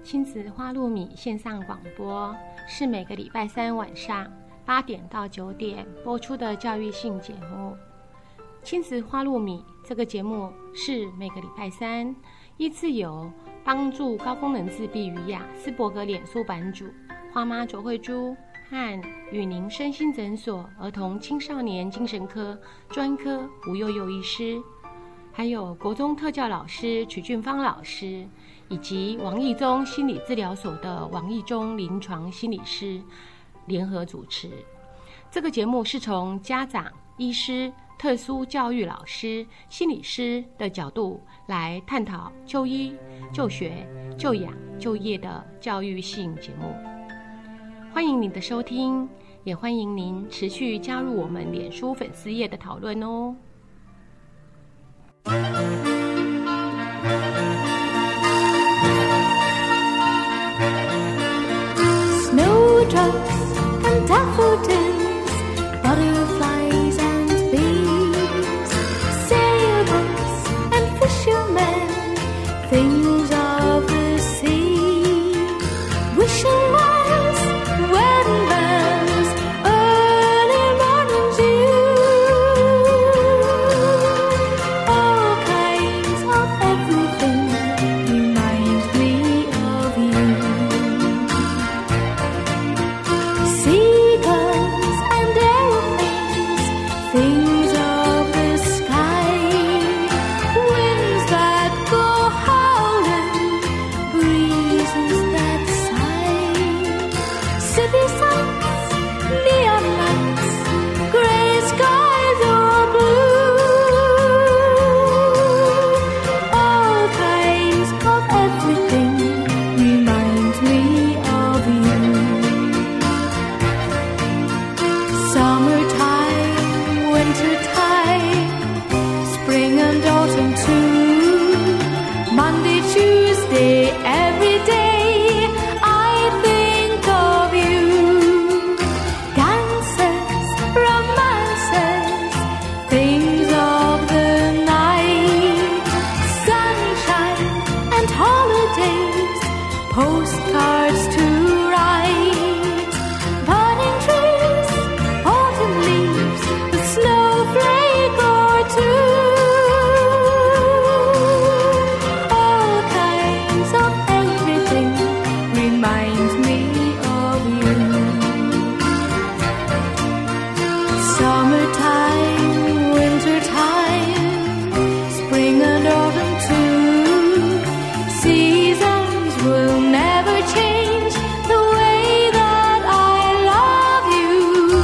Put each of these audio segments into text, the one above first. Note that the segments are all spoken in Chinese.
亲子花露米线上广播是每个礼拜三晚上8点到9点播出的教育性节目。亲子花露米这个节目是每个礼拜三依次由帮助高功能自闭与雅斯伯格脸书版主花妈卓慧珠和与您身心诊所儿童青少年精神科专科吴幼幼医师，还有国中特教老师曲俊芳老师，以及王义中心理治疗所的王义中临床心理师联合主持。这个节目是从家长、医师、特殊教育老师、心理师的角度来探讨就医、就学、就养、就业的教育性节目。欢迎您的收听，也欢迎您持续加入我们脸书粉丝页的讨论哦。 Snowdrops and daffodils, butterflies and bees, sailboats and fishermen, things of the sea, wishing wells, wedding bells, early morning dew, all kinds of everything remind me of you. Seagulls and aeroplanes, things of the sky, winds that go howling, breezes that sigh, city sights, neon lights, gray skies or blue, all kinds of everything remind me of you. Summertime, wintertime, spring and autumn too, Monday, Tuesday, every day I think of you. Dances, romances, things of the night, sunshine and holidays, postcards to write, budding trees, autumn leaves, a snowflake or two, all kinds of everything remind me of you. Summertime, wintertime, spring and autumn too, seasons will never change the way that I love you.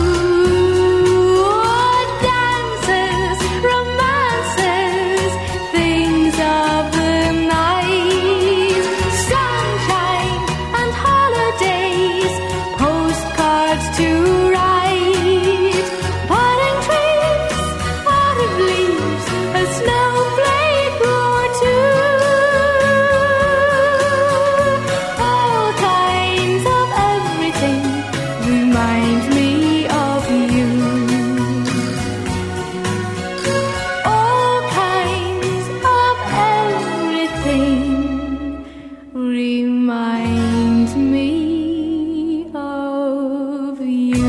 Dances, romances, things of the night, sunshine and holidays, postcards to write, budding trees, autumn leaves, a snowflake or two, all kinds of everything remind me of you. All kinds of everything remind me of you.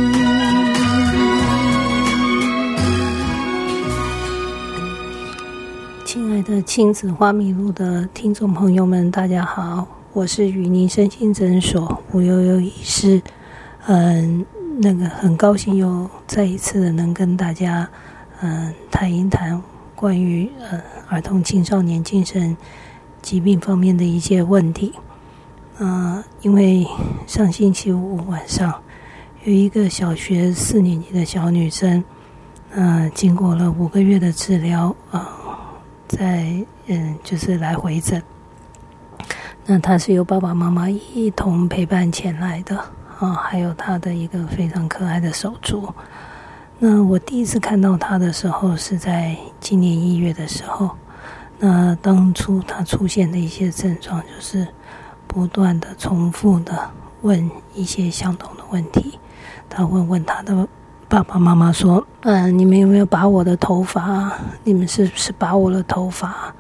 亲爱的亲子花迷路的听众朋友们，大家好，我是雨宁身心诊所吴悠悠医师。很高兴又再一次的能跟大家谈一谈关于儿童青少年精神疾病方面的一些问题。因为上星期五晚上有一个小学4年级的小女生，经过了5个月的治疗，就是来回诊。那她是由爸爸妈妈一同陪伴前来的还有她的一个非常可爱的手足。那我第一次看到她的时候是在今年1月的时候。那当初她出现的一些症状就是不断的重复的问一些相同的问题。她会问她的爸爸妈妈说你们有没有拔我的头发？你们是不是拔我的头发？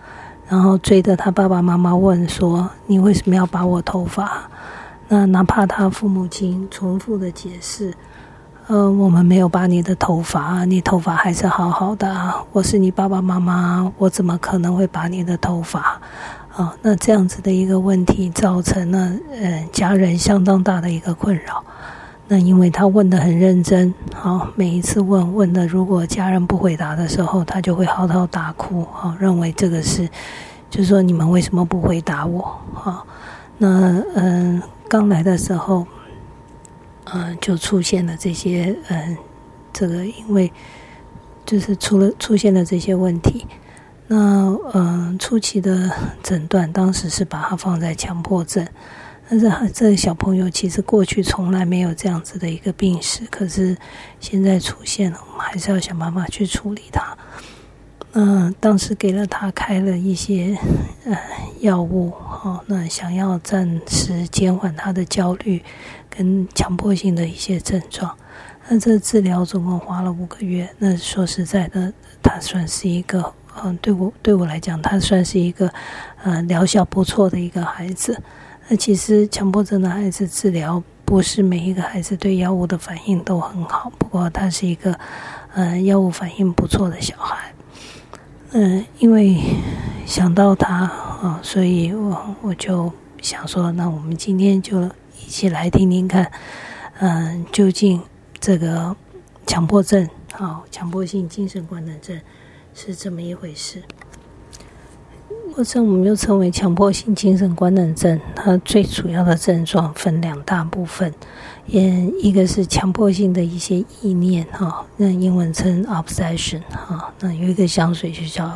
然后追着他爸爸妈妈问说你为什么要拔我头发？那哪怕他父母亲重复的解释，我们没有拔你的头发，你头发还是好好的啊，我是你爸爸妈妈，我怎么可能会拔你的头发？那这样子的一个问题造成了家人相当大的一个困扰。那因为他问得很认真，每一次问的如果家人不回答的时候，他就会嚎啕大哭，认为这个是就是说你们为什么不回答我？那刚来的时候就出现了这些这个因为就是出现了这些问题。那初期的诊断当时是把他放在强迫症，但是这个小朋友其实过去从来没有这样子的一个病史，可是现在出现了，我们还是要想办法去处理它。当时给了他开了一些药物，那想要暂时减缓他的焦虑跟强迫性的一些症状。那这治疗总共花了5个月，那说实在的，他算是一个对我来讲，他算是一个疗效不错的一个孩子。那其实强迫症的孩子治疗不是每一个孩子对药物的反应都很好，不过他是一个药物反应不错的小孩。因为想到他所以我就想说，那我们今天就一起来听听看，究竟这个强迫症强迫性精神官能症是这么一回事。或者我们又称为强迫性精神官能症，它最主要的症状分2大部分，一个是强迫性的一些意念那英文称 obsession 那有一个香水就叫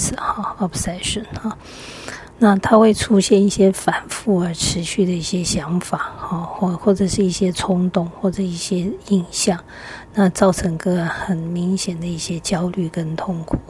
obsession 那它会出现一些反复而持续的一些想法或者是一些冲动或者一些印象，那造成个很明显的一些焦虑跟痛苦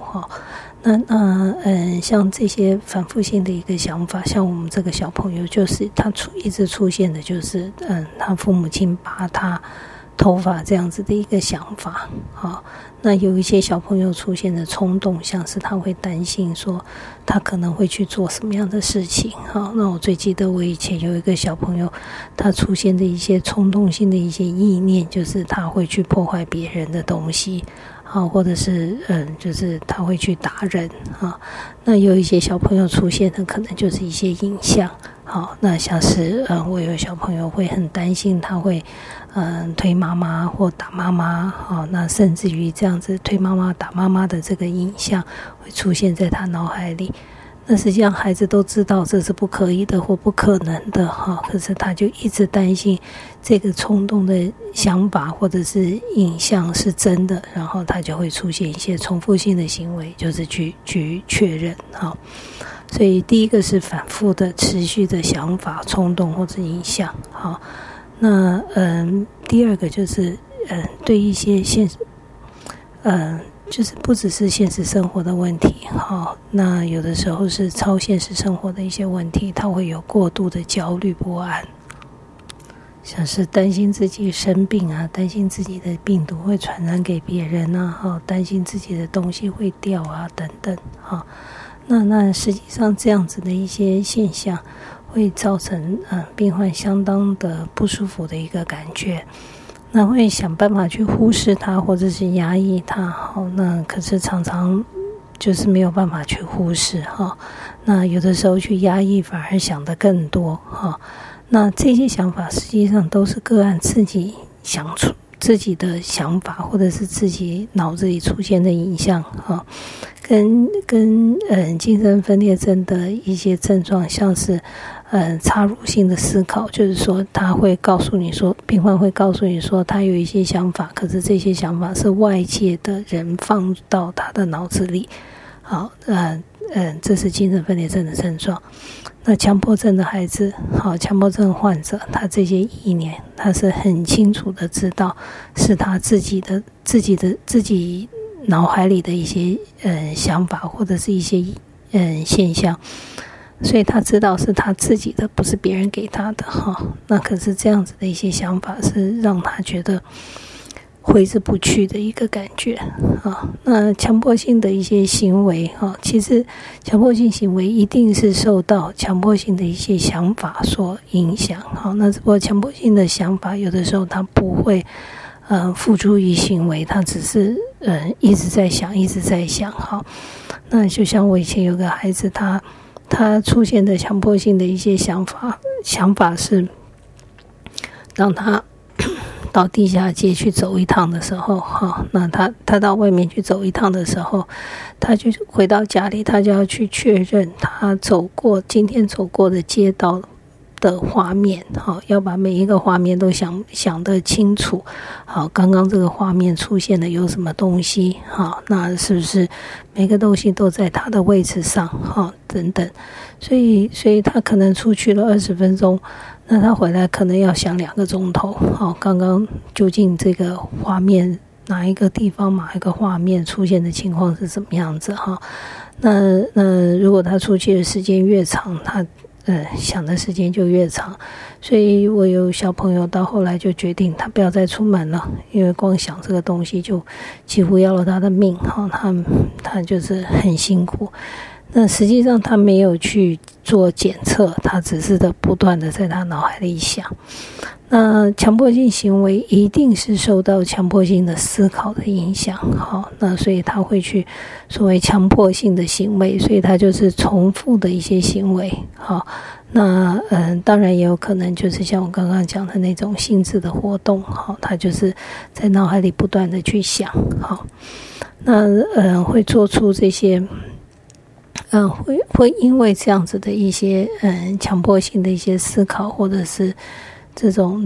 那像这些反复性的一个想法，像我们这个小朋友就是他一直出现的就是他父母亲拔他头发这样子的一个想法那有一些小朋友出现的冲动，像是他会担心说他可能会去做什么样的事情那我最记得我以前有一个小朋友，他出现的一些冲动性的一些意念，就是他会去破坏别人的东西或者是就是他会去打人那有一些小朋友出现的可能就是一些影像那像是我有小朋友会很担心他会推妈妈或打妈妈那甚至于这样子推妈妈打妈妈的这个影像会出现在他脑海里。那实际上孩子都知道这是不可以的或不可能的可是他就一直担心这个冲动的想法或者是影像是真的，然后他就会出现一些重复性的行为，就是去确认所以第一个是反复的持续的想法冲动或者影像那第二个就是对一些就是不只是现实生活的问题那有的时候是超现实生活的一些问题，他会有过度的焦虑不安，像是担心自己生病担心自己的病毒会传染给别人担心自己的东西会掉等等那实际上这样子的一些现象会造成病患相当的不舒服的一个感觉，那会想办法去忽视它或者是压抑它那可是常常就是没有办法去忽视那有的时候去压抑反而想得更多那这些想法实际上都是个案自己想出自己的想法或者是自己脑子里出现的影像跟精神分裂症的一些症状像是插入性的思考，就是说他会告诉你说，病患会告诉你说他有一些想法，可是这些想法是外界的人放到他的脑子里这是精神分裂症的症状。那强迫症的孩子强迫症患者，他这些意念他是很清楚的知道是他自己脑海里的一些想法或者是一些现象，所以他知道是他自己的，不是别人给他的那可是这样子的一些想法是让他觉得挥之不去的一个感觉啊。那强迫性的一些行为其实强迫性行为一定是受到强迫性的一些想法所影响那只不过强迫性的想法有的时候它不会付诸于行为，它只是一直在想那就像我以前有个孩子，他出现的强迫性的一些想法是，当他到地下街去走一趟的时候那他到外面去走一趟的时候，他就回到家里，他就要去确认他今天走过的街道的画面要把每一个画面都想得清楚刚刚这个画面出现的有什么东西那是不是每个东西都在它的位置上等等，所以他可能出去了20分钟，那他回来可能要想2个钟头刚刚究竟这个画面哪一个地方哪一个画面出现的情况是怎么样子那如果他出去的时间越长，他想的时间就越长，所以我有小朋友到后来就决定他不要再出门了，因为光想这个东西就几乎要了他的命他就是很辛苦。那实际上他没有去做检测，他只是不断的在他脑海里想。那强迫性行为一定是受到强迫性的思考的影响那所以他会去所谓强迫性的行为，所以他就是重复的一些行为那当然也有可能就是像我刚刚讲的那种心智的活动他就是在脑海里不断的去想那会做出这些会因为这样子的一些强迫性的一些思考，或者是这种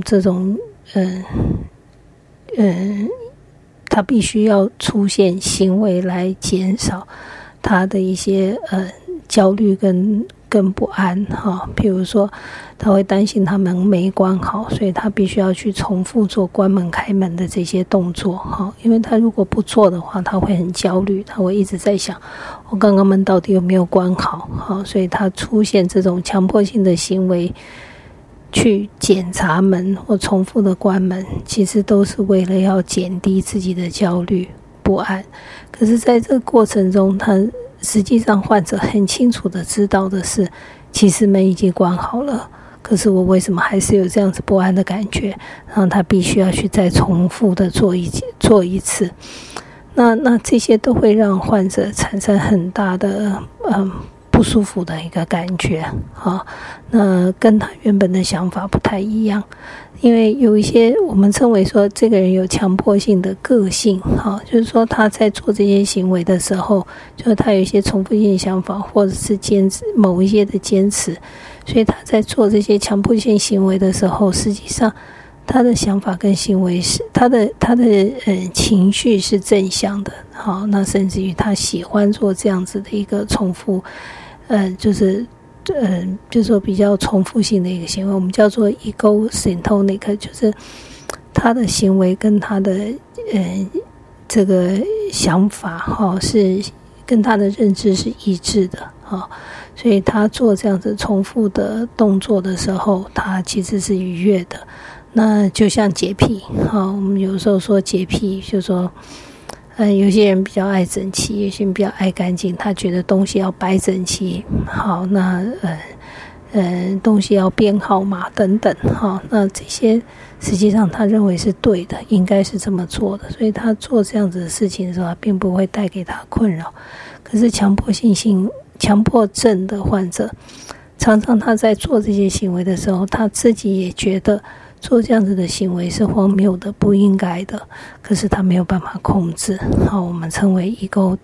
他必须要出现行为来减少他的一些焦虑跟不安比如说他会担心他门没关好，所以他必须要去重复做关门开门的这些动作因为他如果不做的话，他会很焦虑，他会一直在想我刚刚门到底有没有关好所以他出现这种强迫性的行为去检查门或重复的关门，其实都是为了要减低自己的焦虑不安。可是在这个过程中，他实际上患者很清楚的知道的是，其实门已经关好了，可是我为什么还是有这样子不安的感觉，然后他必须要去再重复的做一次。那这些都会让患者产生很大的不舒服的一个感觉那跟他原本的想法不太一样，因为有一些我们称为说这个人有强迫性的个性就是说他在做这些行为的时候，就是他有一些重复性想法，或者是坚持某一些的坚持，所以他在做这些强迫性行为的时候，实际上他的想法跟行为是他的情绪是正向的那甚至于他喜欢做这样子的一个重复就是说比较重复性的一个行为，我们叫做 ego syntonic， 就是他的行为跟他的这个想法是跟他的认知是一致的所以他做这样子重复的动作的时候，他其实是愉悦的。那就像洁癖我们有时候说洁癖，就说有些人比较爱整齐，有些人比较爱干净，他觉得东西要摆整齐那东西要编号码等等那这些实际上他认为是对的，应该是这么做的，所以他做这样子的事情的时候，他并不会带给他困扰。可是强迫症的患者，常常他在做这些行为的时候，他自己也觉得做这样子的行为是荒谬的，不应该的，可是他没有办法控制我们称为 ego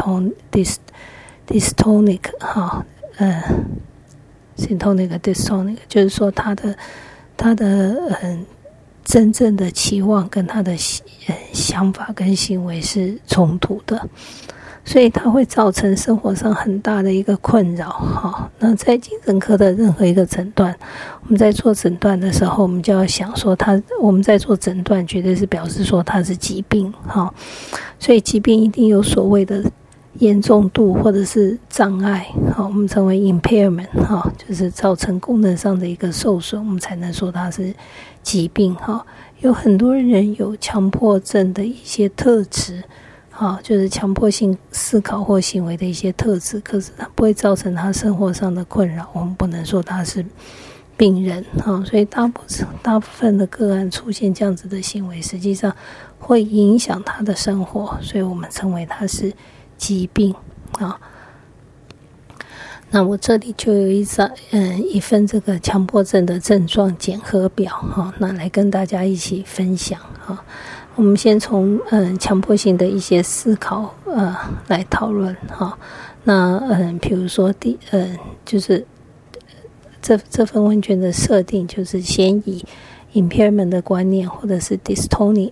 dystonic syntonic dystonic， 就是说他的真正的期望跟他的想法跟行为是冲突的，所以它会造成生活上很大的一个困扰那在精神科的任何一个诊断，我们在做诊断的时候，我们就要想说我们在做诊断绝对是表示说它是疾病所以疾病一定有所谓的严重度或者是障碍我们称为 impairment 就是造成功能上的一个受损，我们才能说它是疾病有很多人有强迫症的一些特质，就是强迫性思考或行为的一些特质，可是它不会造成他生活上的困扰，我们不能说他是病人，所以大部分的个案出现这样子的行为，实际上会影响他的生活，所以我们称为他是疾病那我这里就有一份这个强迫症的症状检核表那来跟大家一起分享我们先从强迫性的一些思考来讨论那比如说就是这份问卷的设定就是先以 impairment 的观念或者是 dystonia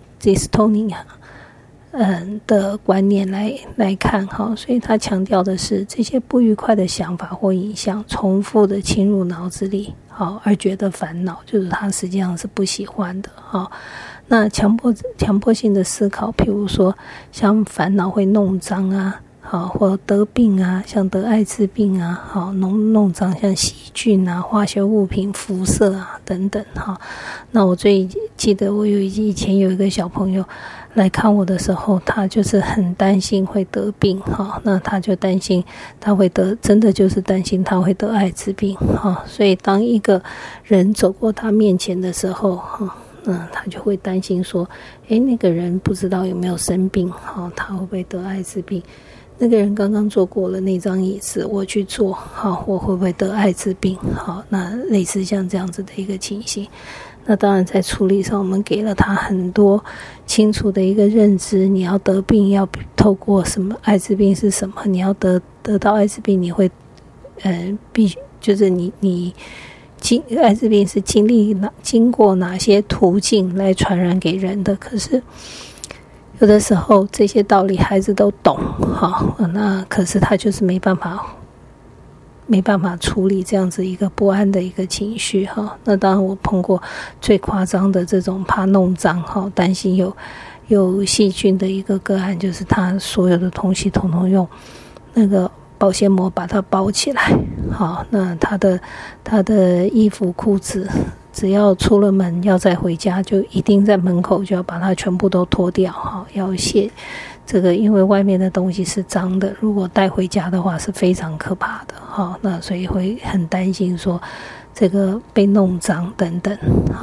的观念来看所以他强调的是这些不愉快的想法或影像重复的侵入脑子里而觉得烦恼，就是他实际上是不喜欢的那强迫性的思考，譬如说像烦恼会弄脏或得病像得艾滋病弄脏像细菌化学物品、辐射等等那我最记得我以前有一个小朋友来看我的时候，他就是很担心会得病那他就担心他会真的就是担心他会得艾滋病所以当一个人走过他面前的时候他就会担心说那个人不知道有没有生病他会不会得艾滋病，那个人刚刚坐过了那张椅子，我去坐我会不会得艾滋病那类似像这样子的一个情形。那当然在处理上我们给了他很多清楚的一个认知，你要得病要透过什么，艾滋病是什么，你要得到艾滋病你会就是你艾滋病是经过哪些途径来传染给人的，可是有的时候这些道理孩子都懂那可是他就是没办法处理这样子一个不安的一个情绪那当然我碰过最夸张的这种怕弄脏担心有细菌的一个个案，就是他所有的东西统统用那个保鲜膜把它包起来那他的衣服裤子只要出了门要再回家，就一定在门口就要把它全部都脱掉要卸这个，因为外面的东西是脏的，如果带回家的话是非常可怕的那所以会很担心说这个被弄脏等等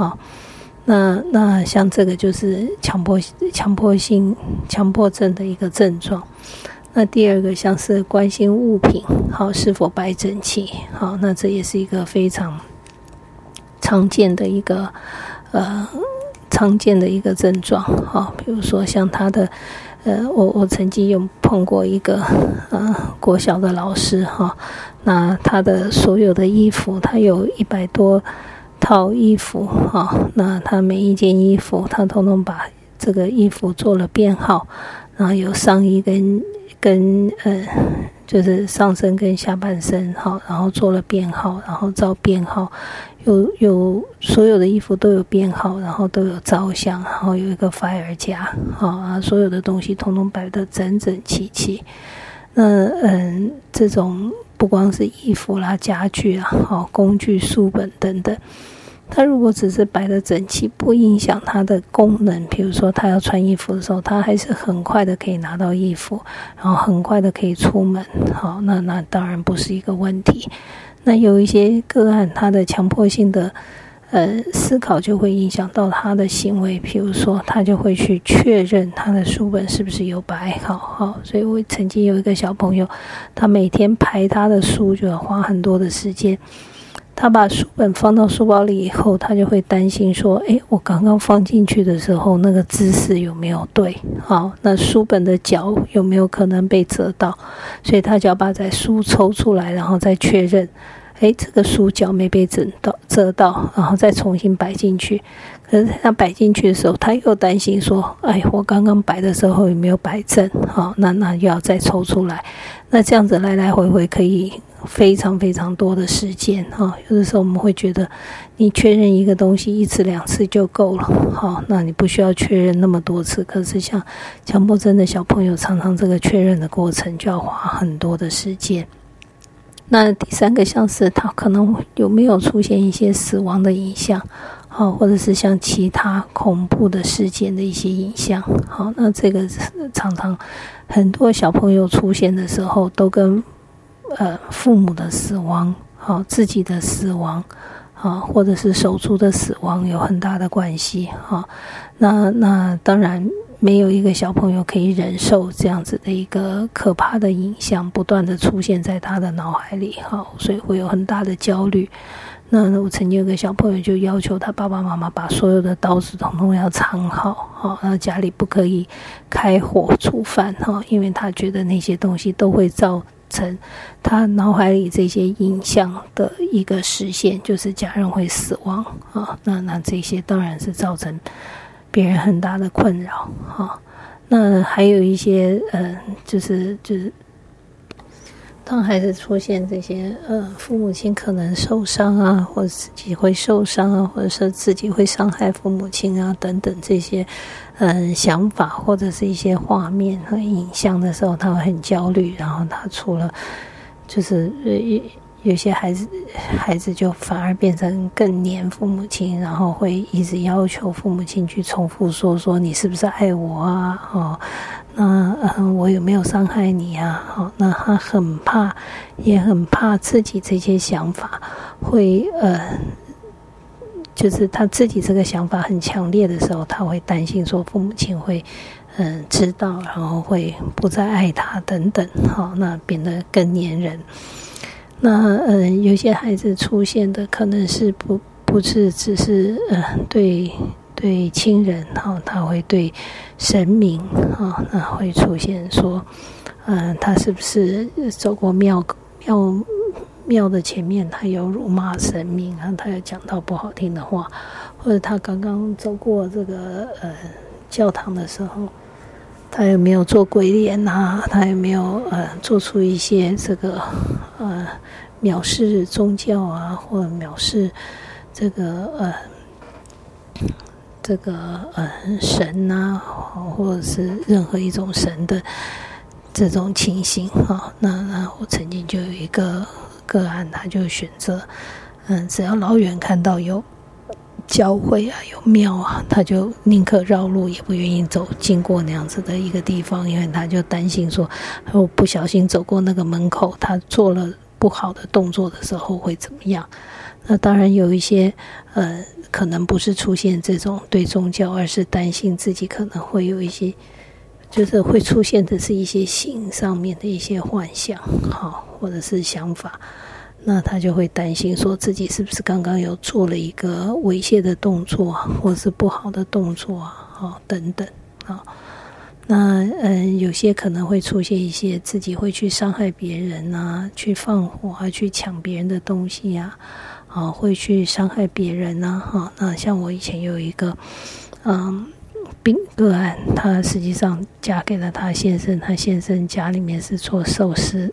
那像这个就是强迫症的一个症状。那第二个像是关心物品是否摆整齐那这也是一个非常常见的一个症状比如说像他的我曾经有碰过一个国小的老师那他的所有的衣服，他有100多套衣服那他每一件衣服他统统把这个衣服做了编号，然后有上衣跟就是上身跟下半身然后做了编号，然后照编号有所有的衣服都有编号，然后都有照相，然后有一个 file 夹所有的东西统统摆得整整齐齐。那这种不光是衣服啦、家具工具、书本等等，他如果只是摆得整齐，不影响他的功能，比如说他要穿衣服的时候，他还是很快的可以拿到衣服，然后很快的可以出门那当然不是一个问题。那有一些个案他的强迫性的思考就会影响到他的行为，比如说他就会去确认他的书本是不是有摆好所以我曾经有一个小朋友，他每天排他的书就要花很多的时间，他把书本放到书包里以后，他就会担心说我刚刚放进去的时候那个姿势有没有对那书本的角有没有可能被折到，所以他就要把书抽出来，然后再确认这个书角没被折到，然后再重新摆进去。可是他摆进去的时候，他又担心说我刚刚摆的时候有没有摆正那又要再抽出来，那这样子来来回回可以非常非常多的时间有的时候我们会觉得你确认一个东西1次2次就够了那你不需要确认那么多次，可是像强迫症的小朋友常常这个确认的过程就要花很多的时间。那第三个像是他可能有没有出现一些死亡的影像或者是像其他恐怖的事件的一些影像。好，那这个常常很多小朋友出现的时候都跟父母的死亡，自己的死亡，或者是手足的死亡有很大的关系。那当然没有一个小朋友可以忍受这样子的一个可怕的影像不断的出现在他的脑海里，所以会有很大的焦虑。那我曾经有个小朋友就要求他爸爸妈妈把所有的刀子统统要藏好，然后家里不可以开火煮饭，因为他觉得那些东西都会造成他脑海里这些影像的一个实现，就是家人会死亡那这些当然是造成别人很大的困扰那还有一些就是当孩子出现这些父母亲可能受伤啊，或者自己会受伤啊，或者是自己会伤害父母亲啊等等这些想法或者是一些画面和影像的时候，他会很焦虑，然后他除了就是有些孩子就反而变成更黏父母亲，然后会一直要求父母亲去重复说你是不是爱我啊那我有没有伤害你啊那他也很怕自己这些想法会就是他自己这个想法很强烈的时候，他会担心说父母亲会知道，然后会不再爱他等等那变得更黏人。那有些孩子出现的可能是不是只是对亲人他会对神明那会出现说他是不是走过庙的前面，他有辱骂神明他有讲到不好听的话，或者他刚刚走过这个教堂的时候，他有没有做鬼脸他有没有做出一些这个藐视宗教或者藐视这个神或者是任何一种神的这种情形那我曾经就有一个个案，他就选择只要老远看到有教会有庙他就宁可绕路也不愿意经过那样子的一个地方，因为他就担心说我不小心走过那个门口，他做了不好的动作的时候会怎么样。那当然有一些可能不是出现这种对宗教，而是担心自己可能会有一些就是会出现的是一些性上面的一些幻想或者是想法，那他就会担心说自己是不是刚刚有做了一个猥亵的动作或者是不好的动作等等那有些可能会出现一些自己会去伤害别人去放火去抢别人的东西会去伤害别人那像我以前有一个个案，她实际上嫁给了她先生，她先生家里面是做寿司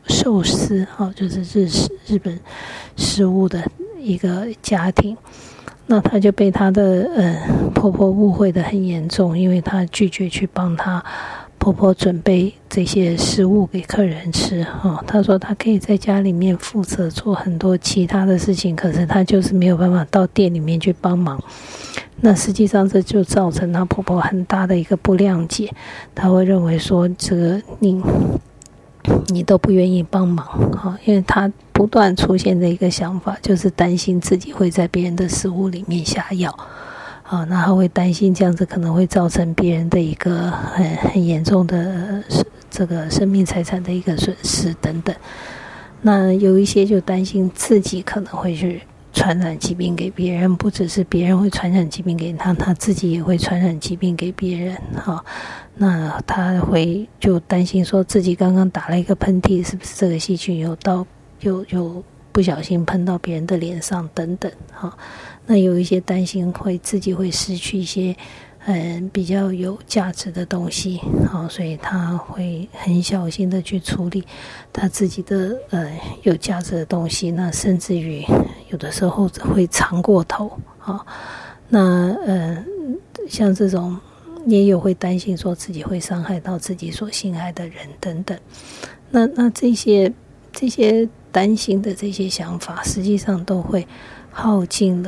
就是日本食物的一个家庭，那她就被她的婆婆误会得很严重，因为她拒绝去帮她婆婆准备这些食物给客人吃她说她可以在家里面负责做很多其他的事情，可是她就是没有办法到店里面去帮忙。那实际上这就造成她婆婆很大的一个不谅解，她会认为说这个你都不愿意帮忙因为她不断出现的一个想法就是担心自己会在别人的食物里面下药那她会担心这样子可能会造成别人的一个很严重的这个生命财产的一个损失等等。那有一些就担心自己可能会去传染疾病给别人，不只是别人会传染疾病给他自己也会传染疾病给别人那他会就担心说自己刚刚打了一个喷嚏，是不是这个细菌有不小心喷到别人的脸上等等那有一些担心自己会失去一些比较有价值的东西所以他会很小心的去处理他自己的有价值的东西，那甚至于有的时候会藏过头那像这种也有会担心说自己会伤害到自己所心爱的人等等。那这些担心的这些想法实际上都会耗尽了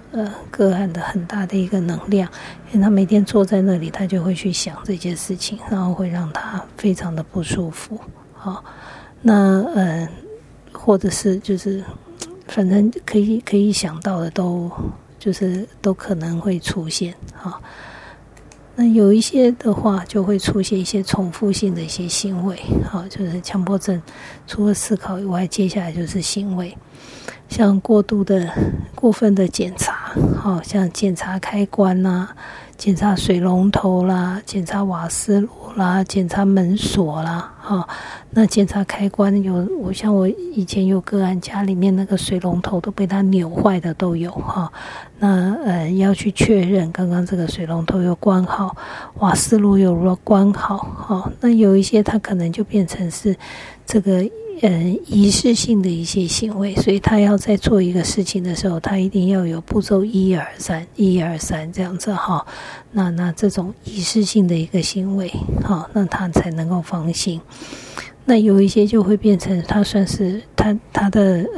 个案的很大的一个能量，因为他每天坐在那里，他就会去想这件事情，然后会让他非常的不舒服。好，那或者是就是反正可以想到的都可能会出现。好，那有一些的话就会出现一些重复性的一些行为。好，就是强迫症除了思考以外，接下来就是行为，像过分的检查，好，像检查开关啦，检查水龙头啦，检查瓦斯炉啦，检查门锁啦。那检查开关我以前有个案，家里面那个水龙头都被他扭坏的都有。那要去确认刚刚这个水龙头有关好，瓦斯炉有关好。那有一些他可能就变成是这个仪式性的一些行为，所以他要在做一个事情的时候，他一定要有步骤1、2、3这样子。那这种仪式性的一个行为，那他才能够放心。那有一些就会变成他算是他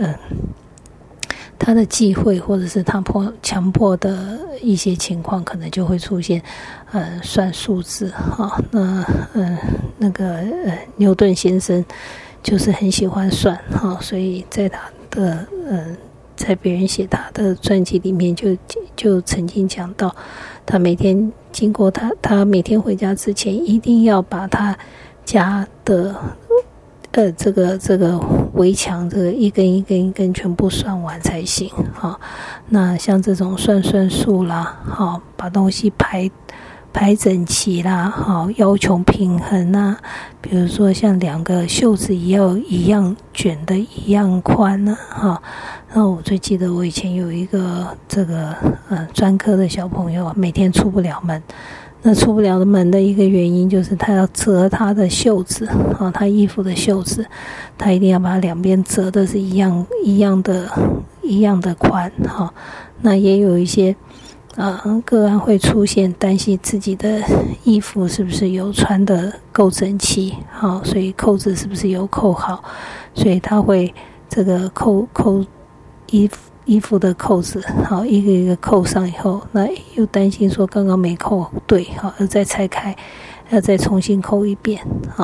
的忌讳，或者是他强迫的一些情况，可能就会出现算数字。那个牛顿先生就是很喜欢算，所以在他的在别人写他的传记里面就曾经讲到，他每天经过他每天回家之前，一定要把他家的这个围墙这个一根一根全部算完才行。那像这种算数啦，把东西排整齐啦，要求平衡啊，比如说像2个袖子要一样卷的一样宽啊。那我最记得我以前有一个这个专科的小朋友，每天出不了门。那出不了的门的一个原因就是他要折他的袖子，他衣服的袖子，他一定要把两边折的是一样的宽。那也有一些个案会出现担心自己的衣服是不是有穿的够整齐，所以扣子是不是有扣好，所以他会这个扣衣服的扣子，一个一个扣上以后，那又担心说刚刚没扣对，要再拆开，要再重新扣一遍。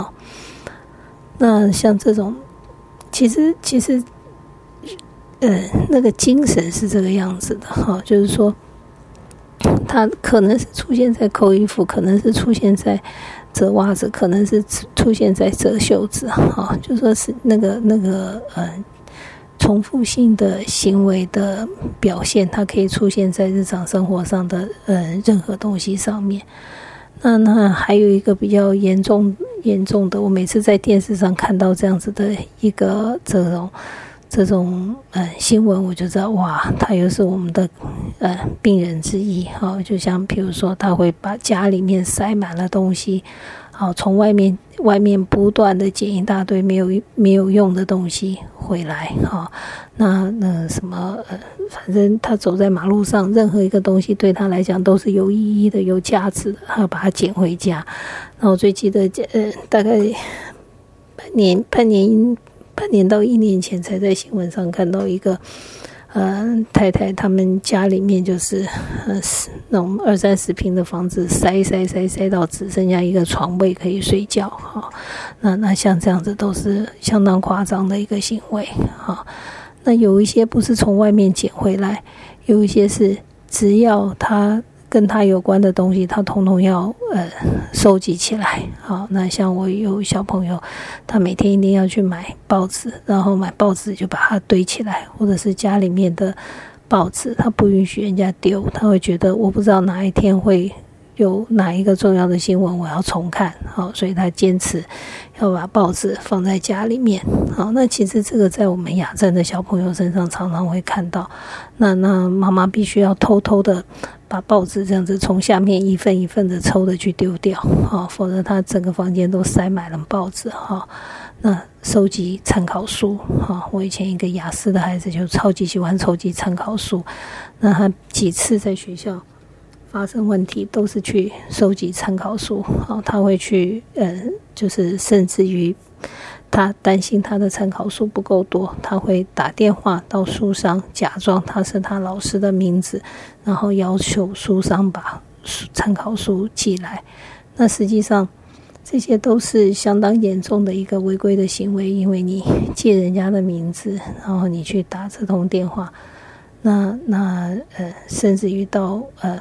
那像这种其实那个精神是这个样子的，就是说它可能是出现在扣衣服，可能是出现在折袜子，可能是出现在折袖子，就说是那个重复性的行为的表现，它可以出现在日常生活上的任何东西上面。那还有一个比较严重的，我每次在电视上看到这样子的一个这种新闻，我就知道哇，他又是我们的病人之一。就像比如说他会把家里面塞满了东西，从外面不断的捡一大堆没有用的东西回来。那什么反正他走在马路上，任何一个东西对他来讲都是有意义的、有价值的，他要把它捡回家。那我最记得大概半年到1年前才在新闻上看到一个太太，他们家里面就是那种20-30平的房子，塞到只剩下一个床位可以睡觉。那像这样子都是相当夸张的一个行为。那有一些不是从外面捡回来，有一些是只要他跟他有关的东西，他统统要收集起来。那像我有小朋友，他每天一定要去买报纸，然后买报纸就把它堆起来，或者是家里面的报纸他不允许人家丢，他会觉得我不知道哪一天会有哪一个重要的新闻我要重看，所以他坚持要把报纸放在家里面。那其实这个在我们亚症的小朋友身上常常会看到，那妈妈必须要偷偷的把报纸这样子从下面一份一份的抽的去丢掉，否则他整个房间都塞满了报纸。那收集参考书，我以前一个雅思的孩子就超级喜欢收集参考书，那他几次在学校发生问题都是去收集参考书。他会去就是甚至于他担心他的参考书不够多，他会打电话到书商，假装他是他老师的名字，然后要求书商把参考书寄来。那实际上这些都是相当严重的一个违规的行为，因为你借人家的名字，然后你去打这通电话，甚至于到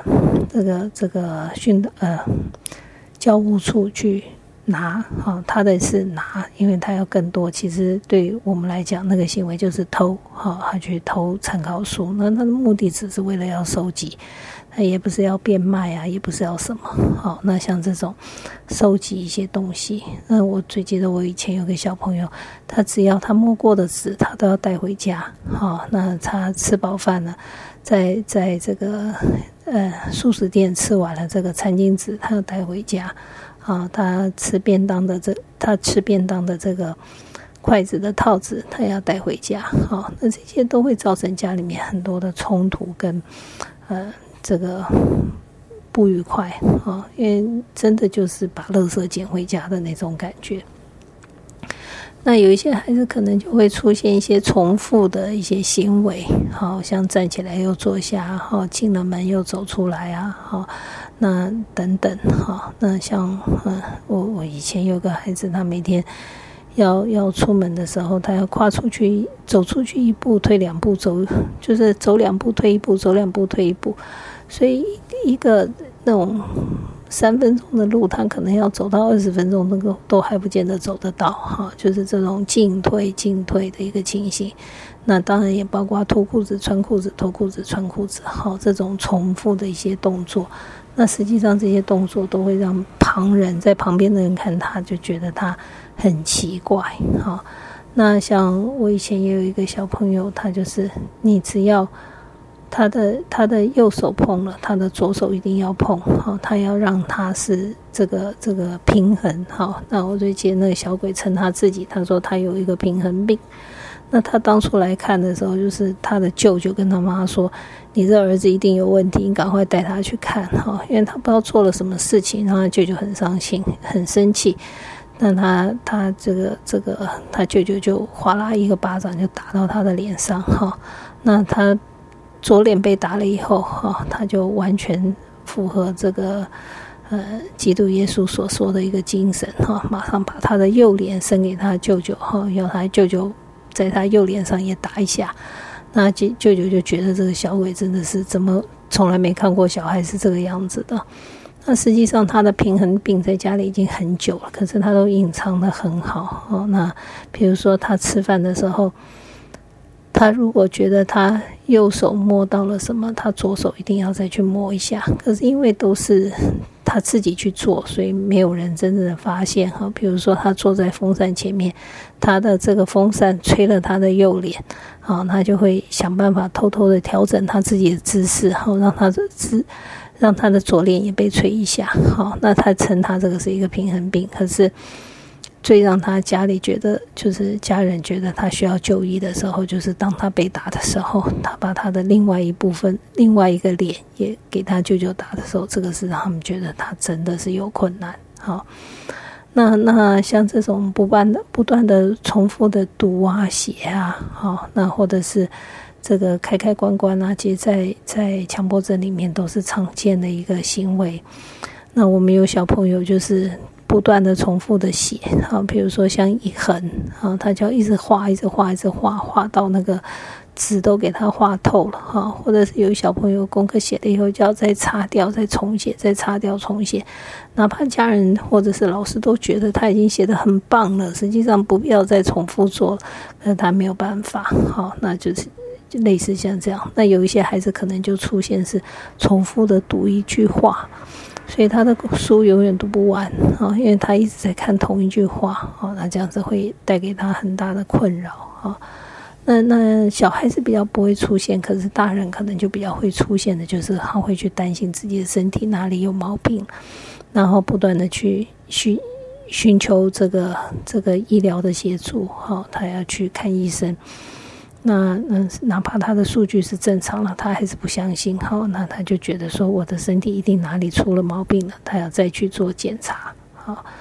教务处去拿，他的是拿，因为他要更多。其实对我们来讲，那个行为就是偷，他去偷参考书，那他的目的只是为了要收集，他也不是要变卖啊，也不是要什么。那像这种收集一些东西，那我最记得我以前有个小朋友，他只要他摸过的纸，他都要带回家。那他吃饱饭了，在这个素食店吃完了这个餐巾纸，他要带回家。他吃便当的这个筷子的套子，他要带回家。那这些都会造成家里面很多的冲突跟这个不愉快。因为真的就是把垃圾捡回家的那种感觉。那有一些孩子可能就会出现一些重复的一些行为，像站起来又坐下，进了门又走出来啊，那等等。那像我以前有个孩子，他每天要出门的时候，他要走出去一步退两步，就是走两步退一步，走两步退一步，所以一个那种3分钟的路，他可能要走到20分钟都还不见得走得到。就是这种进退的一个情形。那当然也包括脱裤子穿裤子，脱裤子穿裤子，这种重复的一些动作。那实际上这些动作都会让在旁边的人看他就觉得他很奇怪。那像我以前也有一个小朋友，他就是你只要他的右手碰了，他的左手一定要碰。他要让他是这个平衡。那我最记得那个小鬼称他自己，他说他有一个平衡病。那他当初来看的时候，就是他的舅舅跟他妈说，你这儿子一定有问题，你赶快带他去看。因为他不知道做了什么事情，然后他舅舅很伤心很生气。那他他舅舅就哗啦一个巴掌就打到他的脸上。那他左脸被打了以后，他就完全符合这个基督耶稣所说的一个精神。马上把他的右脸伸给他舅舅，要他舅舅在他右脸上也打一下。那舅舅就觉得这个小鬼真的是怎么从来没看过小孩是这个样子的。那实际上他的平衡病在家里已经很久了，可是他都隐藏得很好。那比如说他吃饭的时候，他如果觉得他右手摸到了什么，他左手一定要再去摸一下。可是因为都是他自己去做，所以没有人真正的发现。比如说他坐在风扇前面，他的这个风扇吹了他的右脸，他就会想办法偷偷的调整他自己的姿势，让他的左脸也被吹一下。那他称他这个是一个平衡病。可是最让他家里觉得，就是家人觉得他需要就医的时候，就是当他被打的时候，他把他的另外一个脸也给他舅舅打的时候，这个是让他们觉得他真的是有困难。那像这种不断的重复的读啊写啊，那或者是这个开关关啊，其实在强迫症里面都是常见的一个行为。那我们有小朋友就是不断的重复的写，比如说像一横，他就要一直画到那个纸都给他画透了，或者是有小朋友功课写了以后就要再擦掉再重写，再擦掉重写，哪怕家人或者是老师都觉得他已经写得很棒了，实际上不必要再重复做了，可是他没有办法。那就是类似像这样。那有一些孩子可能就出现是重复的读一句话，所以他的书永远读不完，因为他一直在看同一句话，那这样子会带给他很大的困扰。那小孩子比较不会出现，可是大人可能就比较会出现的，就是他会去担心自己的身体哪里有毛病，然后不断的去寻求这个医疗的协助，他要去看医生。那哪怕他的数据是正常了，他还是不相信。那他就觉得说我的身体一定哪里出了毛病了，他要再去做检查。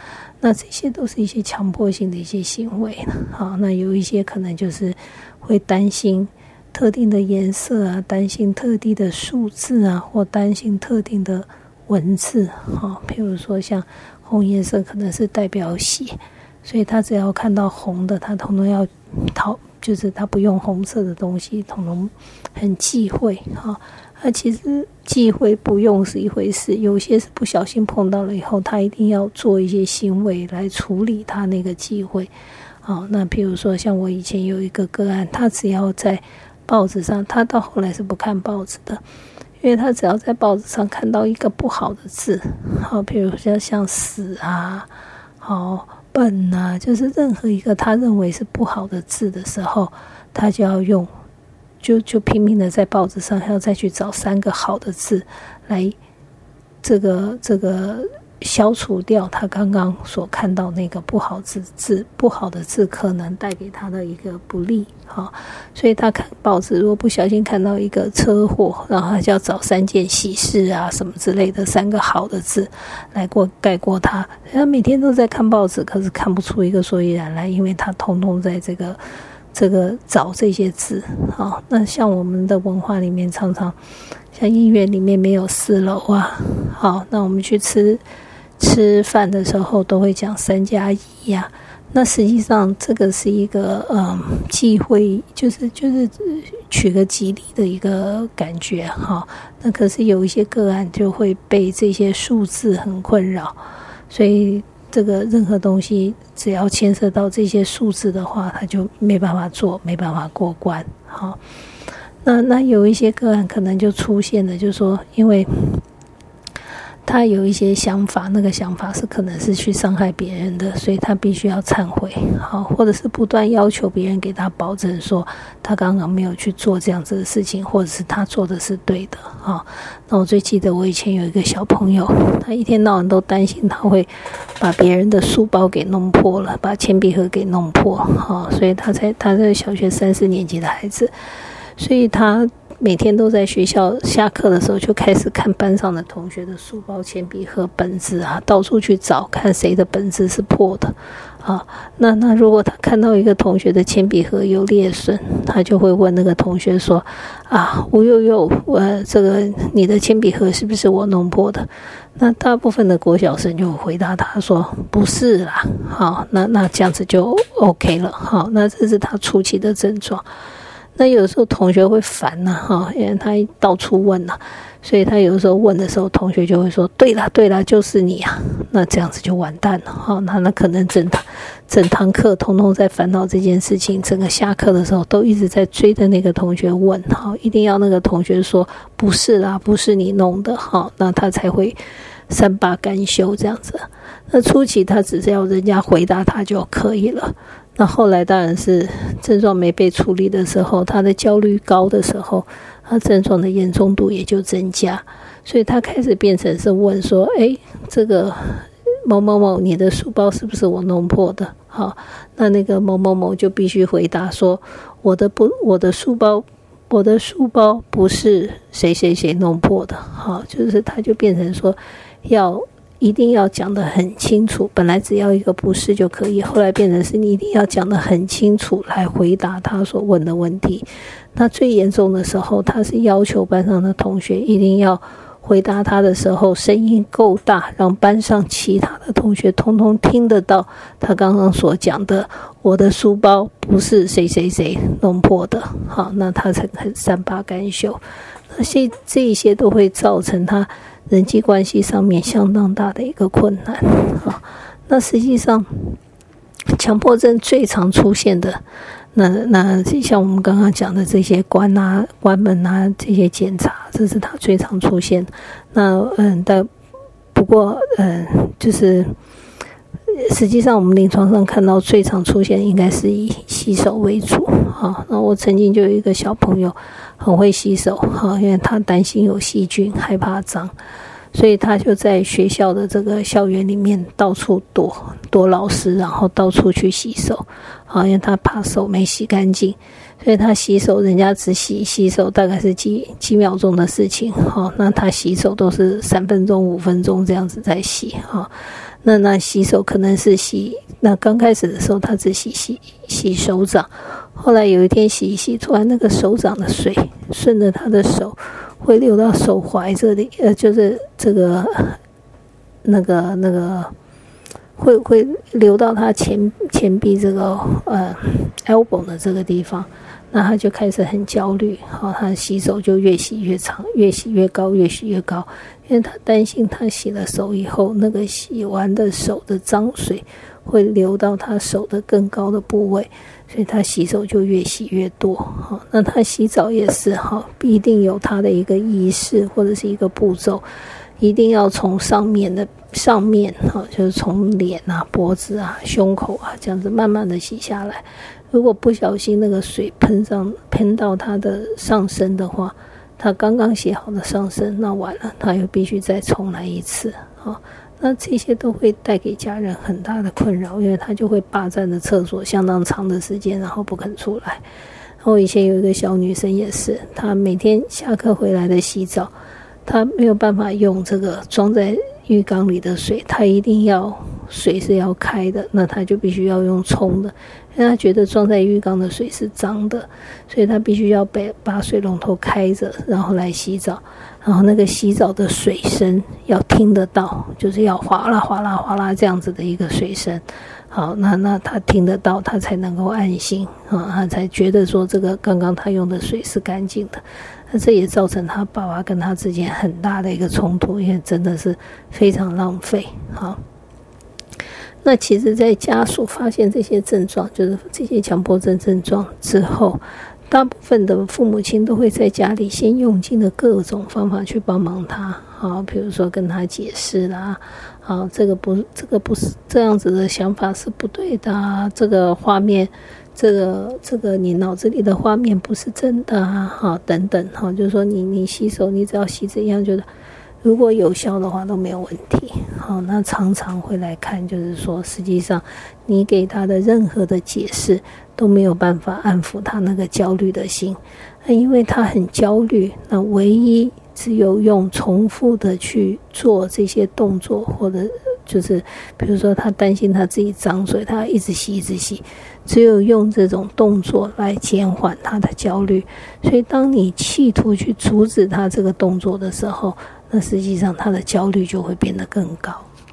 那这些都是一些强迫性的一些行为好，那有一些可能就是会担心特定的颜色啊，担心特定的数字啊，或担心特定的文字譬如说像红颜色可能是代表血，所以他只要看到红的，他统统要就是他不用红色的东西，统统很忌讳其实忌讳不用是一回事，有些是不小心碰到了以后，他一定要做一些行为来处理他那个忌讳那譬如说像我以前有一个个案，他只要在报纸上，他到后来是不看报纸的，因为他只要在报纸上看到一个不好的字譬如说像死啊笨啊，就是任何一个他认为是不好的字的时候，他就要用就拼命的在报纸上还要再去找3个好的字来这个消除掉他刚刚所看到那个不好的字可能带给他的一个不利所以他看报纸如果不小心看到一个车祸，然后他就要找3件喜事啊什么之类的3个好的字来盖过他每天都在看报纸，可是看不出一个所以然来，因为他通通在这个找这些字那像我们的文化里面常常像医院里面没有4楼啊那我们去吃饭的时候都会讲3+1呀那实际上这个是一个忌讳，就是取个吉利的一个感觉那可是有一些个案就会被这些数字很困扰，所以这个任何东西只要牵涉到这些数字的话，他就没办法做，没办法过关那有一些个案可能就出现了，就是说因为他有一些想法，那个想法是可能是去伤害别人的，所以他必须要忏悔或者是不断要求别人给他保证说他刚刚没有去做这样子的事情，或者是他做的是对的那我最记得我以前有一个小朋友，他一天到晚都担心他会把别人的书包给弄破了，把铅笔盒给弄破所以他在小学3、4年级的孩子，所以他每天都在学校下课的时候就开始看班上的同学的书包、铅笔盒、本子到处去找看谁的本子是破的那如果他看到一个同学的铅笔盒有裂损，他就会问那个同学说吴悠悠这个你的铅笔盒是不是我弄破的？那大部分的国小生就回答他说不是啦那这样子就 OK 了那这是他初期的症状。那有时候同学会烦因为他到处问所以他有时候问的时候，同学就会说对啦就是你那这样子就完蛋了那可能整堂课通通在烦恼这件事情，整个下课的时候都一直在追着那个同学问一定要那个同学说不是啦，不是你弄的那他才会善罢甘休这样子。那初期他只是要人家回答他就可以了，那后来当然是症状没被处理的时候，他的焦虑高的时候，他症状的严重度也就增加，所以他开始变成是问说这个某某某你的书包是不是我弄破的那个某某某就必须回答说我的书包不是谁谁谁弄破的就是他就变成说一定要讲得很清楚，本来只要一个不是就可以，后来变成是你一定要讲得很清楚来回答他所问的问题。那最严重的时候，他是要求班上的同学一定要回答他的时候声音够大，让班上其他的同学通通听得到他刚刚所讲的我的书包不是谁谁谁弄破的那他才很善罢甘休。那这一些都会造成他人际关系上面相当大的一个困难那实际上强迫症最常出现的那像我们刚刚讲的这些关门这些检查，这是他最常出现但不过就是实际上我们临床上看到最常出现应该是以洗手为主那我曾经就有一个小朋友很会洗手因为他担心有细菌，害怕脏，所以他就在学校的这个校园里面到处躲老师，然后到处去洗手因为他怕手没洗干净，所以他洗手人家只洗手大概是几秒钟的事情那他洗手都是3分钟5分钟这样子在洗那洗手可能是那刚开始的时候他只洗手掌，后来有一天洗一洗，突然那个手掌的水顺着他的手会流到手踝这里，就是这个那个会流到他前臂这个elbow 的这个地方，那他就开始很焦虑，他洗手就越洗越长，越洗越高，越洗越高，因为他担心他洗了手以后，那个洗完的手的脏水会流到他手的更高的部位，所以他洗手就越洗越多。那他洗澡也是必定有他的一个仪式或者是一个步骤，一定要从上面就是从脸啊、脖子啊、胸口啊这样子慢慢的洗下来。如果不小心那个水喷到他的上身的话，他刚刚洗好的上身，那完了，他又必须再重来一次。那这些都会带给家人很大的困扰，因为他就会霸占着厕所相当长的时间，然后不肯出来。我以前有一个小女生也是，她每天下课回来的洗澡，她没有办法用这个装在浴缸里的水，她一定要水是要开的，那她就必须要用冲的，因为她觉得装在浴缸的水是脏的，所以她必须要把水龙头开着，然后来洗澡，然后那个洗澡的水声要听得到，就是要哗啦哗啦哗啦这样子的一个水声。好，那他听得到，他才能够安心他才觉得说这个刚刚他用的水是干净的。那这也造成他爸爸跟他之间很大的一个冲突，因为真的是非常浪费。好，那其实在家属发现这些症状，就是这些强迫症症状之后，大部分的父母亲都会在家里先用尽了各种方法去帮忙他，比如说跟他解释啦，这个不是这样子的想法是不对的啊，这个画面，这个你脑子里的画面不是真的啊，等等，就是说你洗手，你只要洗怎样，觉得如果有效的话都没有问题。那常常会来看，就是说实际上你给他的任何的解释都没有办法安抚他那个焦虑的心，因为他很焦虑，那唯一只有用重复的去做这些动作，或者就是比如说他担心他自己脏，所以他一直洗，只有用这种动作来减缓他的焦虑。所以当你企图去阻止他这个动作的时候，那实际上他的焦虑就会变得更高。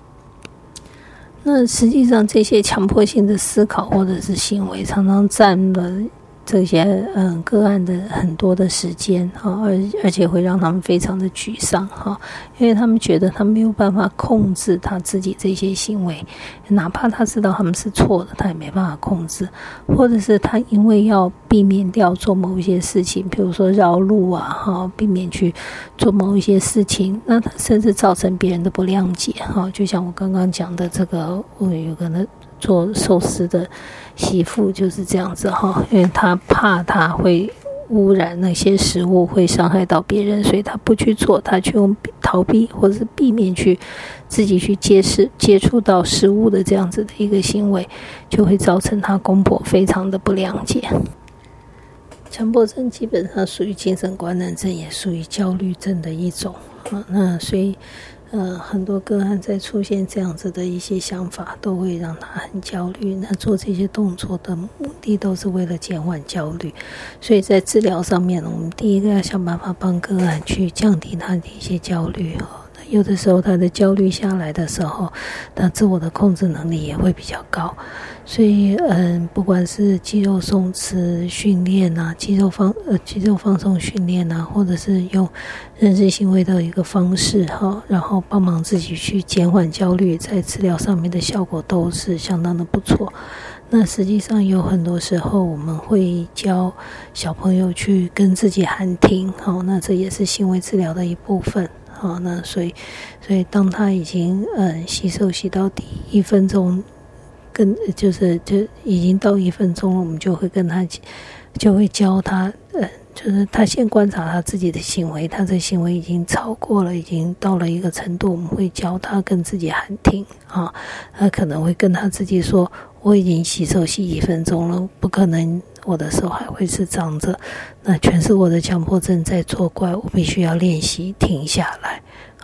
那实际上这些强迫性的思考或者是行为常常占了这些个案的很多的时间，而且会让他们非常的沮丧，因为他们觉得他没有办法控制他自己这些行为，哪怕他知道他们是错的，他也没办法控制，或者是他因为要避免掉做某一些事情，比如说绕路啊，避免去做某一些事情，那他甚至造成别人的不谅解，就像我刚刚讲的这个，我有个人做寿司的媳妇就是这样子，因为他怕他会污染那些食物，会伤害到别人，所以他不去做，他去用逃避或者是避免去自己去接触到食物的这样子的一个行为，就会造成他公婆非常的不谅解。强迫症基本上属于精神官能症，也属于焦虑症的一种，那所以很多个案在出现这样子的一些想法，都会让他很焦虑。那做这些动作的目的都是为了减缓焦虑，所以在治疗上面，我们第一个要想办法帮个案去降低他的一些焦虑。有的时候他的焦虑下来的时候，他自我的控制能力也会比较高，所以不管是肌肉松弛训练啊，肌肉放松训练啊，或者是用认知行为的一个方式然后帮忙自己去减缓焦虑，在治疗上面的效果都是相当的不错。那实际上有很多时候我们会教小朋友去跟自己喊停，那这也是行为治疗的一部分。那所以当他已经洗手洗到第1分钟，就已经到1分钟了，我们就会教他就是他先观察他自己的行为，他的行为已经超过了，已经到了一个程度，我们会教他跟自己喊停他可能会跟他自己说，我已经洗手洗1分钟了，不可能我的手还会是脏着，那全是我的强迫症在作怪，我必须要练习停下来。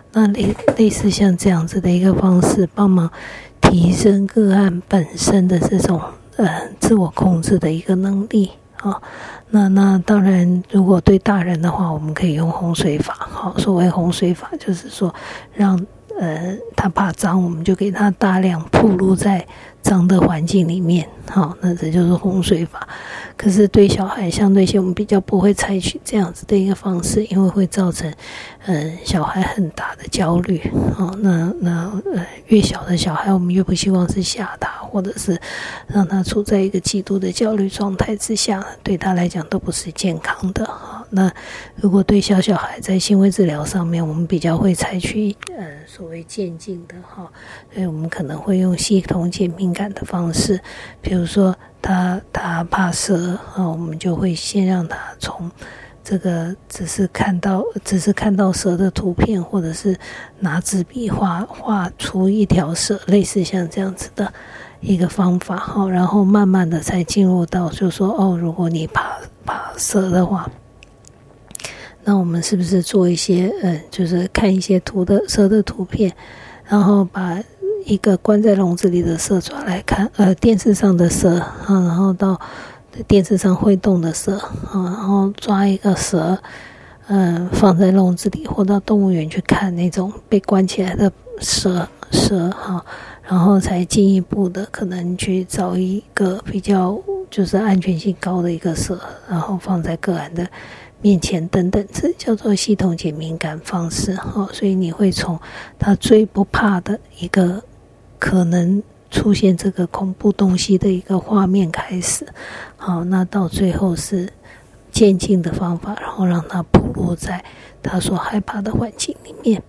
那类似像这样子的一个方式，帮忙提升个案本身的这种自我控制的一个能力啊。那当然，如果对大人的话，我们可以用洪水法。好，所谓洪水法，就是说让他怕脏，我们就给他大量暴露在脏的环境里面。好，那这就是洪水法。可是对小孩相对性，我们比较不会采取这样子的一个方式，因为会造成小孩很大的焦虑。好，越小的小孩，我们越不希望是吓他，或者是让他处在一个极度的焦虑状态之下，对他来讲都不是健康的。好，那如果对小孩在行为治疗上面，我们比较会采取所谓渐进的哈，所以我们可能会用系统减敏感的方式，比如说他怕蛇啊，我们就会先让他从这个只是看到蛇的图片，或者是拿纸笔画出一条蛇，类似像这样子的一个方法哈，然后慢慢的才进入到就是说如果你怕蛇的话，那我们是不是做一些就是看一些蛇的图片，然后把一个关在笼子里的蛇抓来看，电视上的蛇然后到电视上会动的蛇然后抓一个蛇放在笼子里，或到动物园去看那种被关起来的蛇然后才进一步的可能去找一个比较就是安全性高的一个蛇，然后放在个案的面前等等，这叫做系统减敏感方式所以你会从他最不怕的一个可能出现这个恐怖东西的一个画面开始，好，那到最后是渐进的方法，然后让他暴露在他所害怕的环境里面。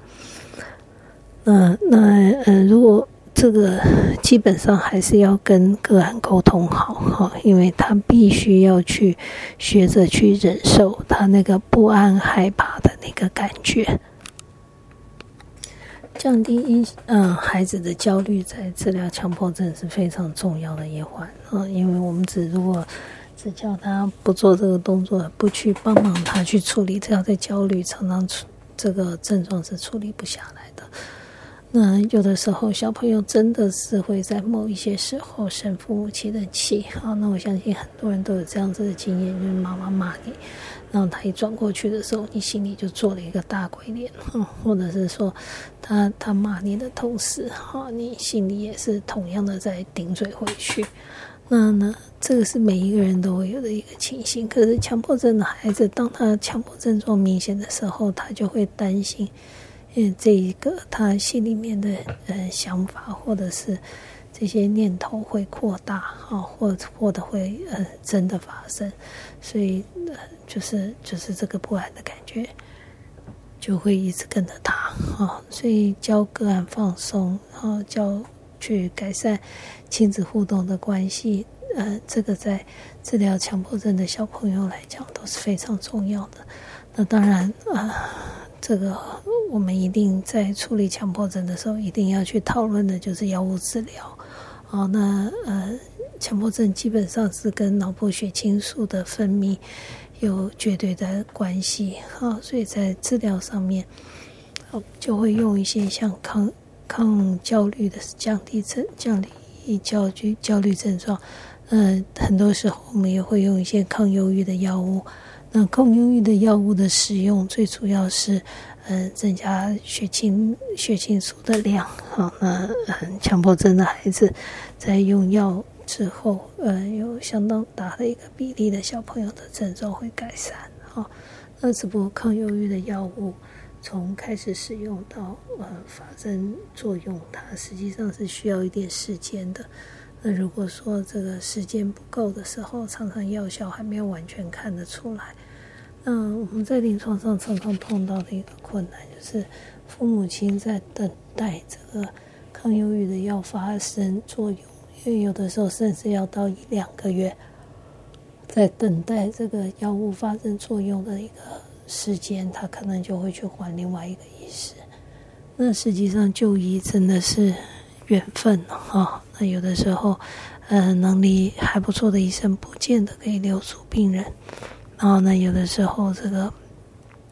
如果这个基本上还是要跟个案沟通好，因为他必须要去学着去忍受他那个不安害怕的那个感觉，降低孩子的焦虑，在治疗强迫症是非常重要的一环因为我们如果只叫他不做这个动作，不去帮忙他去处理这样的焦虑，常常这个症状是处理不下来的。那有的时候小朋友真的是会在某一些时候生父母亲的气那我相信很多人都有这样子的经验，就是妈妈骂你，然后他一转过去的时候，你心里就做了一个大鬼脸或者是说他骂你的同时你心里也是同样的在顶嘴回去。那这个是每一个人都会有的一个情形，可是强迫症的孩子，当他强迫症状明显的时候，他就会担心这一个他心里面的想法或者是这些念头会扩大或者会真的发生，所以就是这个不安的感觉就会一直跟着他所以教个案放松教去改善亲子互动的关系这个在治疗强迫症的小朋友来讲都是非常重要的。那当然这个我们一定在处理强迫症的时候一定要去讨论的就是药物治疗那强迫症基本上是跟脑部血清素的分泌有绝对的关系所以在治疗上面就会用一些像抗焦虑的降低焦虑症状很多时候我们也会用一些抗忧郁的药物。那抗忧郁的药物的使用最主要是增加血清素的量那强迫症的孩子在用药之后有相当大的一个比例的小朋友的症状会改善那只不过抗忧郁的药物从开始使用到发生作用，它实际上是需要一点时间的。那如果说这个时间不够的时候，常常药效还没有完全看得出来。那我们在临床上常常碰到的一个困难，就是父母亲在等待这个抗忧郁的药发生作用，因为有的时候甚至要到1-2个月，在等待这个药物发生作用的一个时间，他可能就会去换另外一个医师。那实际上就医真的是缘分那有的时候能力还不错的医生不见得可以留住病人，然后呢有的时候这个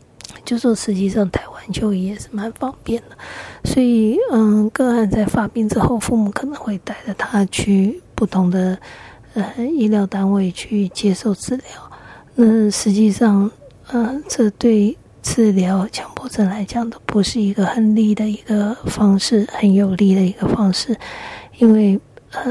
就说实际上台湾就医也是蛮方便的，所以个案在发病之后，父母可能会带着他去不同的医疗单位去接受治疗。那实际上这对治疗强迫症来讲的不是一个很利的一个方式，很有利的一个方式，因为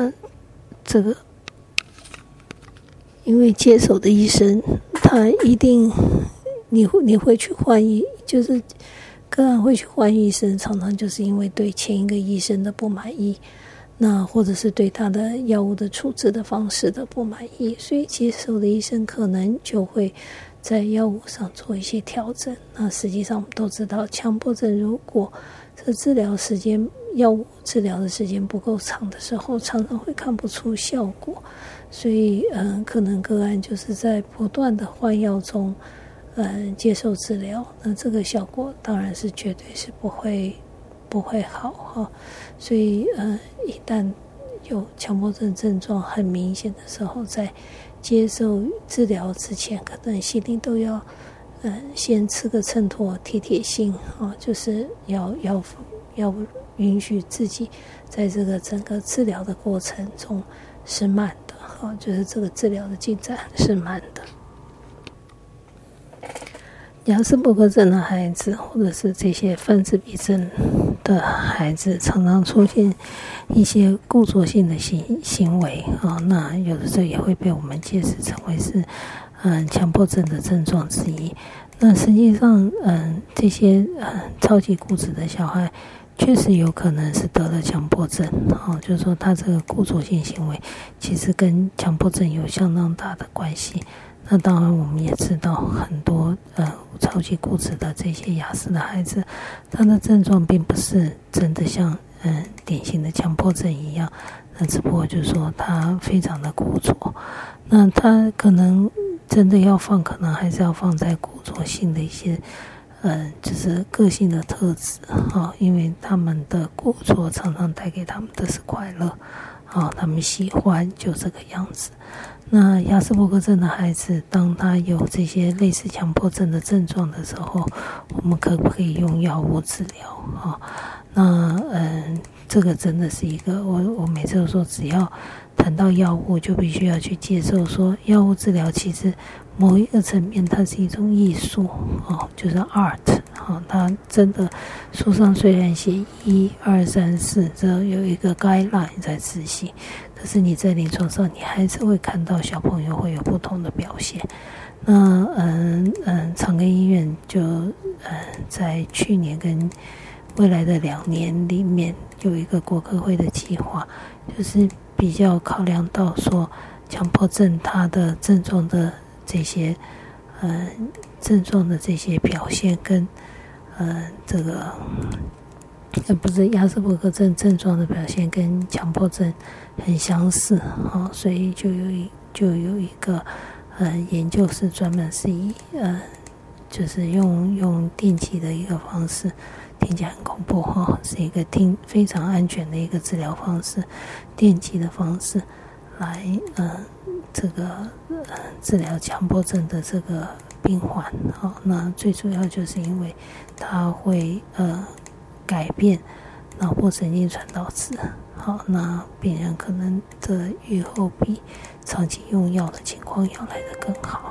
因为接手的医生他一定你会去换就是个案会去换医生，常常就是因为对前一个医生的不满意，那或者是对他的药物的处置的方式的不满意，所以接手的医生可能就会在药物上做一些调整。那实际上我们都知道，强迫症如果这药物治疗的时间不够长的时候，常常会看不出效果，所以可能个案就是在不断的换药中接受治疗，那这个效果当然是绝对是不会好哈。所以一旦有强迫症症状很明显的时候，在接受治疗之前，可能心里都要先吃个秤砣铁心啊，就是要允许自己在这个整个治疗的过程中是慢的啊，就是这个治疗的进展是慢的。亚斯伯格症的孩子，或者是这些泛自闭症的孩子，常常出现一些固着性的行为啊，那有的时候也会被我们解释成为是强迫症的症状之一。那实际上这些超级固执的小孩确实有可能是得了强迫症就是说他这个固着性行为其实跟强迫症有相当大的关系。那当然我们也知道很多超级固执的这些亚斯的孩子，他的症状并不是真的像典型的强迫症一样，那只不过就是说他非常的固着，那他可能真的要放，可能还是要放在固着性的一些就是个性的特质因为他们的固着常常带给他们的是快乐他们喜欢就这个样子。那亚斯伯格症的孩子，当他有这些类似强迫症的症状的时候，我们可不可以用药物治疗那这个真的是一个我每次都说，只要谈到药物就必须要去接受说，药物治疗其实某一个层面它是一种艺术就是 art 它真的书上虽然写1、2、3、4这有一个 guideline 在执行，可是你在临床上你还是会看到小朋友会有不同的表现。那长庚医院就在去年跟未来的2年里面有一个国科会的计划，就是比较考量到说强迫症它的症状的这些表现跟这个不是亚斯伯格症症状的表现跟强迫症很相似所以就有一个研究是专门是以就是用电击的一个方式，听起来很恐怖是一个非常安全的一个治疗方式，电击的方式来这个治疗强迫症的这个病患那最主要就是因为它会改变脑部神经传导质那病人可能的预后比长期用药的情况要来得更好。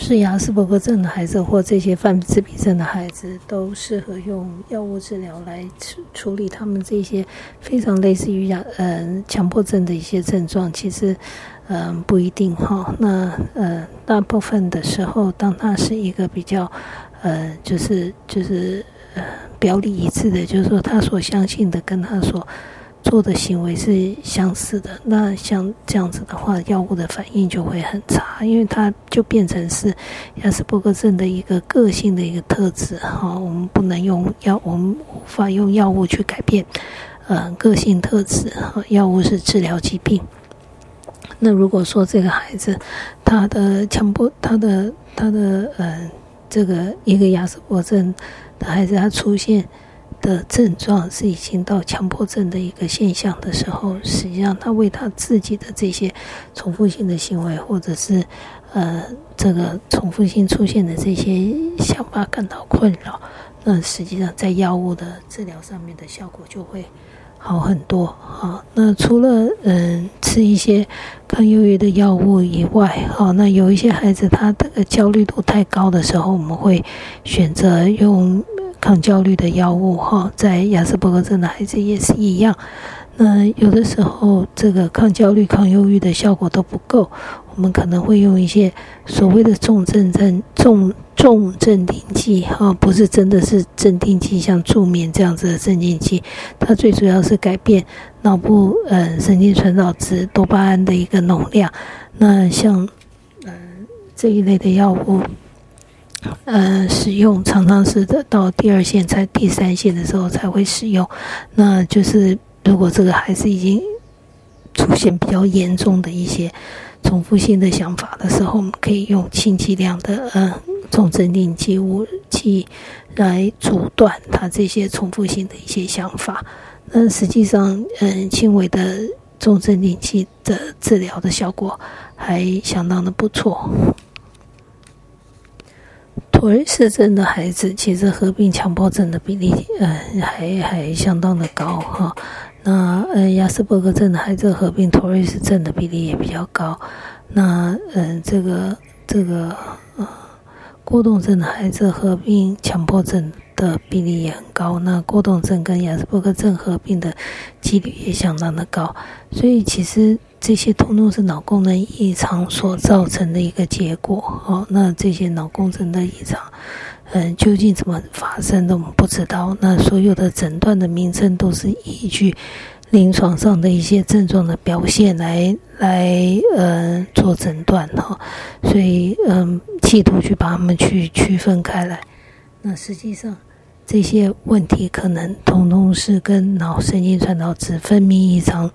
是亚斯伯格症的孩子或这些泛自闭症的孩子都适合用药物治疗来处理他们这些非常类似于强迫症的一些症状？其实不一定哈。那大部分的时候，当他是一个比较就是表里一致的，就是说他所相信的跟他所做的行为是相似的，那像这样子的话，药物的反应就会很差，因为它就变成是亚斯伯格症的一个个性的一个特质哈。我们不能用我们无法用药物去改变个性特质哈。药物是治疗疾病。那如果说这个孩子他的这个一个亚斯伯格症的孩子，他出现的症状是已经到强迫症的一个现象的时候，实际上他为他自己的这些重复性的行为，或者是这个重复性出现的这些想法感到困扰，那实际上在药物的治疗上面的效果就会好很多啊。那除了吃一些抗忧郁的药物以外，那有一些孩子他的焦虑度太高的时候，我们会选择用抗焦虑的药物哈。在亚斯伯格症的孩子也是一样。那有的时候这个抗焦虑、抗忧郁的效果都不够，我们可能会用一些所谓的重镇定剂哈，不是真的是镇定剂，像助眠这样子的镇定剂，它最主要是改变脑部神经传导质多巴胺的一个容量。那像这一类的药物使用常常是到第二线才第三线的时候才会使用。那就是如果这个孩子已经出现比较严重的一些重复性的想法的时候，我们可以用轻剂量的重镇定剂来阻断他这些重复性的一些想法。那实际上轻微的重镇定剂的治疗的效果还相当的不错。妥瑞氏症的孩子其实合并强迫症的比例还相当的高哈。那亚斯伯格症的孩子合并妥瑞氏症的比例也比较高。那这个过动症的孩子合并强迫症的比例也很高。那过动症跟亚斯伯格症合并的几率也相当的高。所以其实这些通通是脑功能异常所造成的一个结果那这些脑功能的异常究竟怎么发生的我们不知道。那所有的诊断的名称都是依据临床上的一些症状的表现来做诊断所以企图去把它们去区分开来。那实际上这些问题可能统统是跟脑神经传导质分泌异常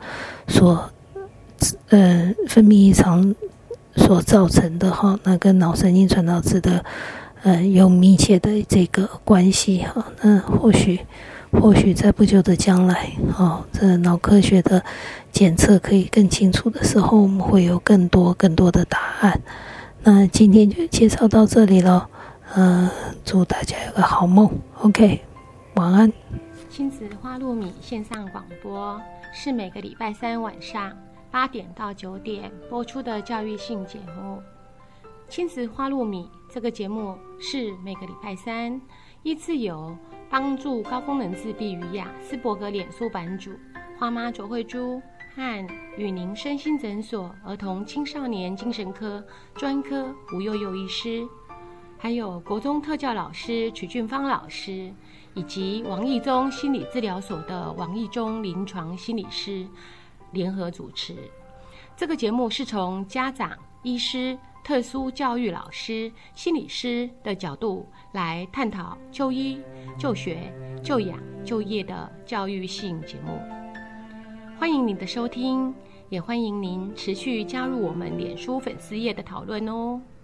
所造成的那跟脑神经传导质的有密切的这个关系那或许在不久的将来这脑科学的检测可以更清楚的时候，我们会有更多的答案。那今天就介绍到这里了，祝大家有个好梦。 OK， 晚安。 亲子花露米线上广播是每个礼拜三晚上8点到9点播出的教育性节目。亲子花露米这个节目是每个礼拜三依次由帮助高功能自闭与亚斯伯格脸书版主花妈卓慧珠和与您身心诊所儿童青少年精神科专科吴幼幼医师，还有国中特教老师曲俊芳老师，以及王义中心理治疗所的王义中临床心理师联合主持。这个节目是从家长、医师、特殊教育老师、心理师的角度来探讨就医、就学、就养、就业的教育性节目。欢迎您的收听，也欢迎您持续加入我们脸书粉丝页的讨论哦。